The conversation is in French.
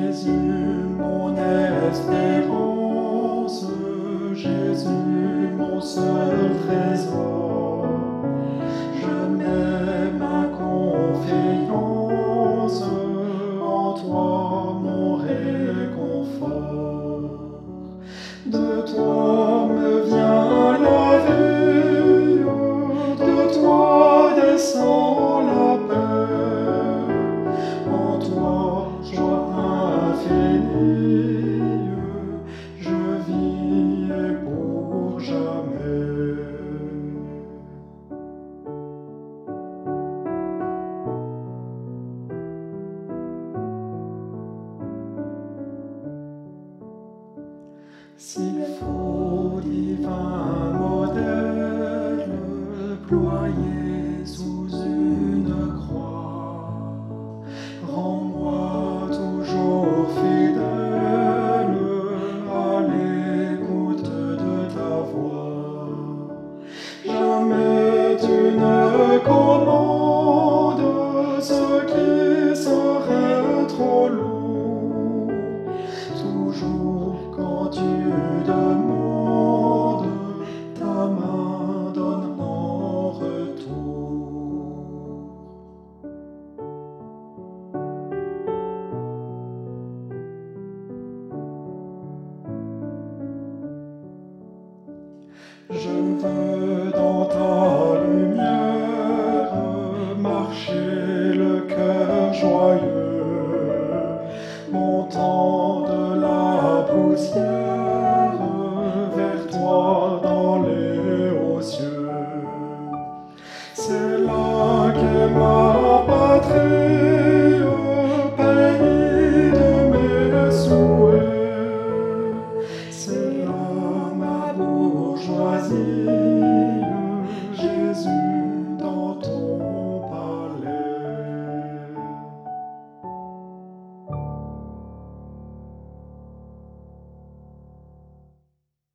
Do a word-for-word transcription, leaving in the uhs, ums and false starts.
Jésus, mon espérance, Jésus, mon seul trésor, je mets ma confiance en toi, mon réconfort. De toi me vient la vie, de toi descend la paix, en toi joie infinie, je vis et pour jamais. S'il faut divin modèle ployé sous une croix, rends-moi toujours fidèle à l'écoute de ta voix. Jamais tu ne commandes ce qui serait trop lourd. Toujours quand tu demandes, ta main donne en retour. Je veux dans ta lumière marcher le cœur joyeux.